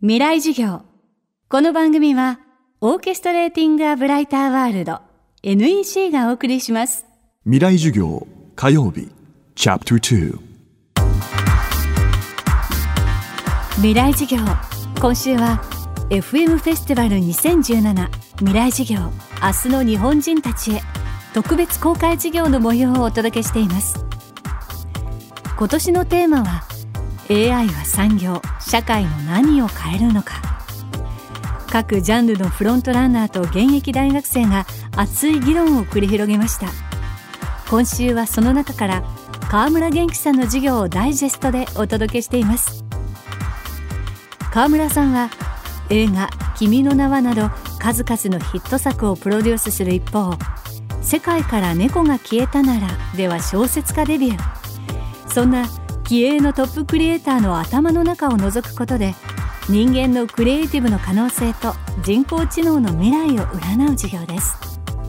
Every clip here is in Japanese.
未来授業。この番組はオーケストレーティングアブライターワールド NEC がお送りします。 未来授業火曜日チャプター2。 未来授業、今週は FM フェスティバル2017未来授業明日の日本人たちへ特別公開授業の模様をお届けしています。今年のテーマは AI は産業・社会の何を変えるのか。各ジャンルのフロントランナーと現役大学生が熱い議論を繰り広げました。今週はその中から川村元気さんの授業をダイジェストでお届けしています。川村さんは映画「君の名は」など数々のヒット作をプロデュースする一方、世界から猫が消えたならでは小説家デビュー。そんな気鋭のトップクリエイターの頭の中を覗くことで、人間のクリエイティブの可能性と人工知能の未来を占う授業です。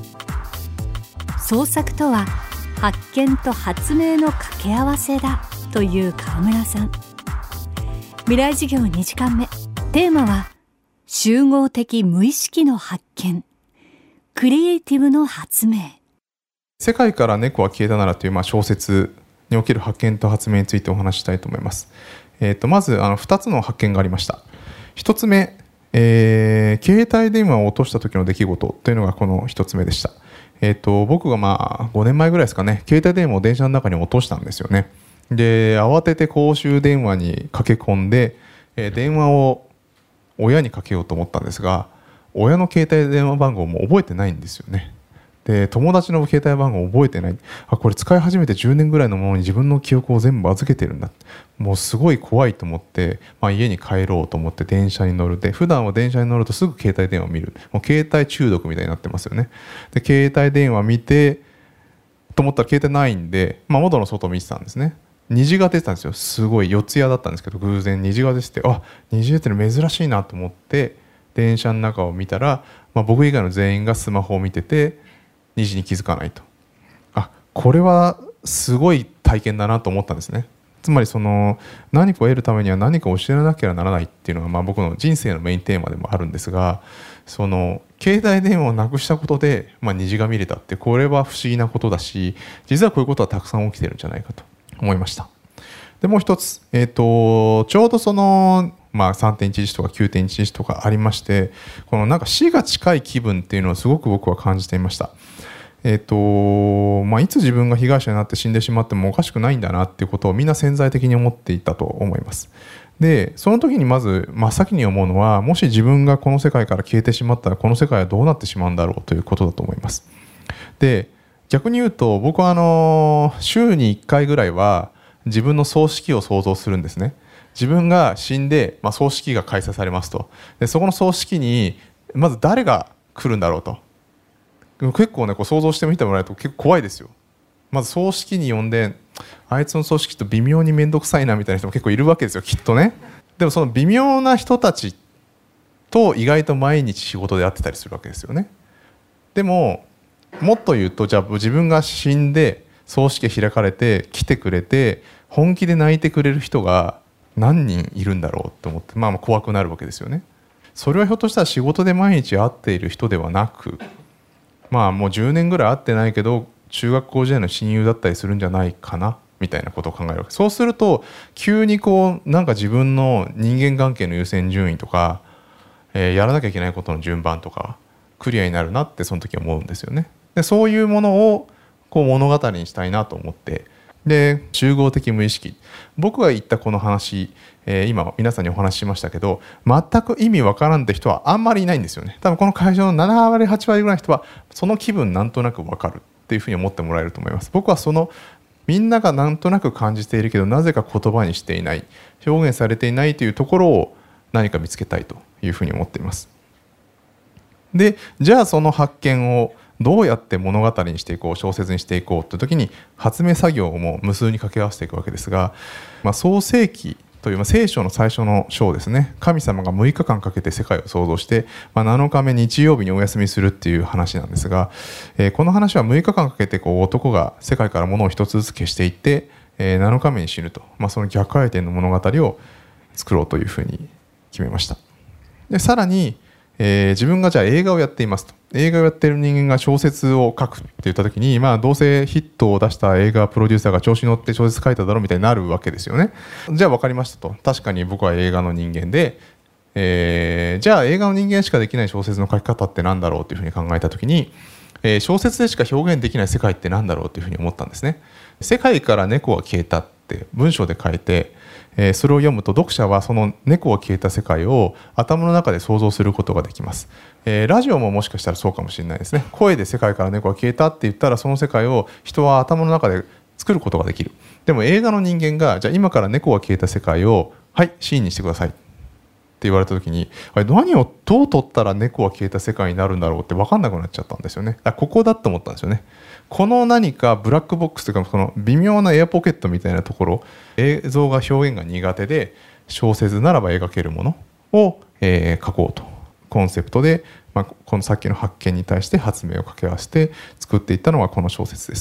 創作とは発見と発明の掛け合わせだという川村さん。未来授業2時間目、テーマは集合的無意識の発見、クリエイティブの発明。 世界から猫は消えたならという小説における発見と発明についてお話ししたいと思います。まず2つの発見がありました。1つ目、携帯電話を落とした時の出来事というのがこの1つ目でした。僕が5年前ぐらいですかね、携帯電話を電車の中に落としたんですよね。で、慌てて公衆電話に駆け込んで、電話を親にかけようと思ったんですが、親の携帯電話番号も覚えてないんですよね。で、友達の携帯番号を覚えてない。これ使い始めて10年ぐらいのものに自分の記憶を全部預けてるんだ。もうすごい怖いと思って、家に帰ろうと思って電車に乗る。で、普段は電車に乗るとすぐ携帯電話を見る。もう携帯中毒みたいになってますよね。で、携帯電話見てと思ったら携帯ないんで、窓の外を見てたんですね。虹が出てたんですよ。すごい四谷だったんですけど、偶然虹が出てて、虹出てるの珍しいなと思って電車の中を見たら、僕以外の全員がスマホを見てて虹に気づかないと。これはすごい体験だなと思ったんですね。つまり何かを得るためには何かを知らなきゃならないっていうのが僕の人生のメインテーマでもあるんですが、携帯電話をなくしたことで、虹が見れたって、これは不思議なことだし、実はこういうことはたくさん起きてるんじゃないかと思いました。で、もう一つ、ちょうど3.11 とか 9.11 とかありまして、この死が近い気分っていうのをすごく僕は感じていました。いつ自分が被害者になって死んでしまってもおかしくないんだなっていうことをみんな潜在的に思っていたと思います。で、その時にまず真っ先に思うのは、もし自分がこの世界から消えてしまったらこの世界はどうなってしまうんだろうということだと思います。で、逆に言うと僕は週に1回ぐらいは自分の葬式を想像するんですね。自分が死んで、葬式が開催されますと。で、そこの葬式にまず誰が来るんだろうと。結構ね、想像してみてもらえると結構怖いですよ。まず葬式に呼んで、あいつの葬式と微妙に面倒くさいなみたいな人も結構いるわけですよ、きっとね。でもその微妙な人たちと意外と毎日仕事で会ってたりするわけですよね。でももっと言うと、じゃあ自分が死んで葬式が開かれて来てくれて本気で泣いてくれる人が何人いるんだろうと思って、怖くなるわけですよね。それはひょっとしたら仕事で毎日会っている人ではなく、もう10年ぐらい会ってないけど中学校時代の親友だったりするんじゃないかなみたいなことを考えるわけ。そうすると急に自分の人間関係の優先順位とか、やらなきゃいけないことの順番とかクリアになるなってその時思うんですよね。で、そういうものを物語にしたいなと思って、で、集合的無意識、僕が言ったこの話、今皆さんにお話ししましたけど、全く意味わからんって人はあんまりいないんですよね。多分この会場の7割8割ぐらいの人はその気分なんとなくわかるっていうふうに思ってもらえると思います。僕はみんながなんとなく感じているけどなぜか言葉にしていない、表現されていないというところを何か見つけたいというふうに思っています。で、じゃあその発見をどうやって物語にしていこう、小説にしていこうという時に発明作業をもう無数に掛け合わせていくわけですが、創世記という聖書の最初の章ですね。神様が6日間かけて世界を創造して、7日目日曜日にお休みするっていう話なんですが、この話は6日間かけて男が世界から物を一つずつ消していって、7日目に死ぬと、その逆回転の物語を作ろうというふうに決めました。でさらに、自分がじゃあ映画をやっていますと。映画をやっている人間が小説を書くって言った時に、どうせヒットを出した映画プロデューサーが調子に乗って小説書いただろうみたいになるわけですよね。じゃあ分かりましたと。確かに僕は映画の人間で、じゃあ映画の人間しかできない小説の書き方って何だろうというふうに考えた時に、小説でしか表現できない世界って何だろうというふうに思ったんですね。世界から猫が消えたって文章で書いて、それを読むと読者はその猫が消えた世界を頭の中で想像することができます。ラジオももしかしたらそうかもしれないですね。声で世界から猫が消えたって言ったらその世界を人は頭の中で作ることができる。でも映画の人間がじゃあ今から猫が消えた世界をはいシーンにしてくださいって言われた時に、何をどう撮ったら猫が消えた世界になるんだろうって分かんなくなっちゃったんですよね。ここだと思ったんですよね。この何かブラックボックスというか、この微妙なエアポケットみたいなところ、映像が表現が苦手で小説ならば描けるものを、書こうとコンセプトで、このさっきの発見に対して発明を掛け合わせて作っていったのがこの小説です。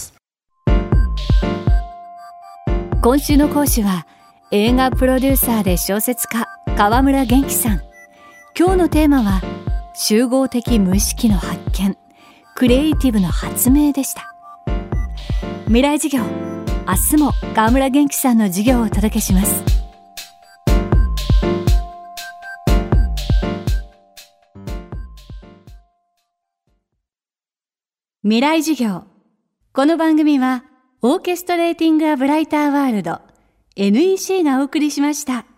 今週の講師は映画プロデューサーで小説家川村元気さん。今日のテーマは集合的無意識の発見、クリエイティブの発明でした。未来授業、明日も川村元気さんの授業をお届けします。未来授業。この番組はオーケストレーティング・ア・ブライター・ワールド NEC がお送りしました。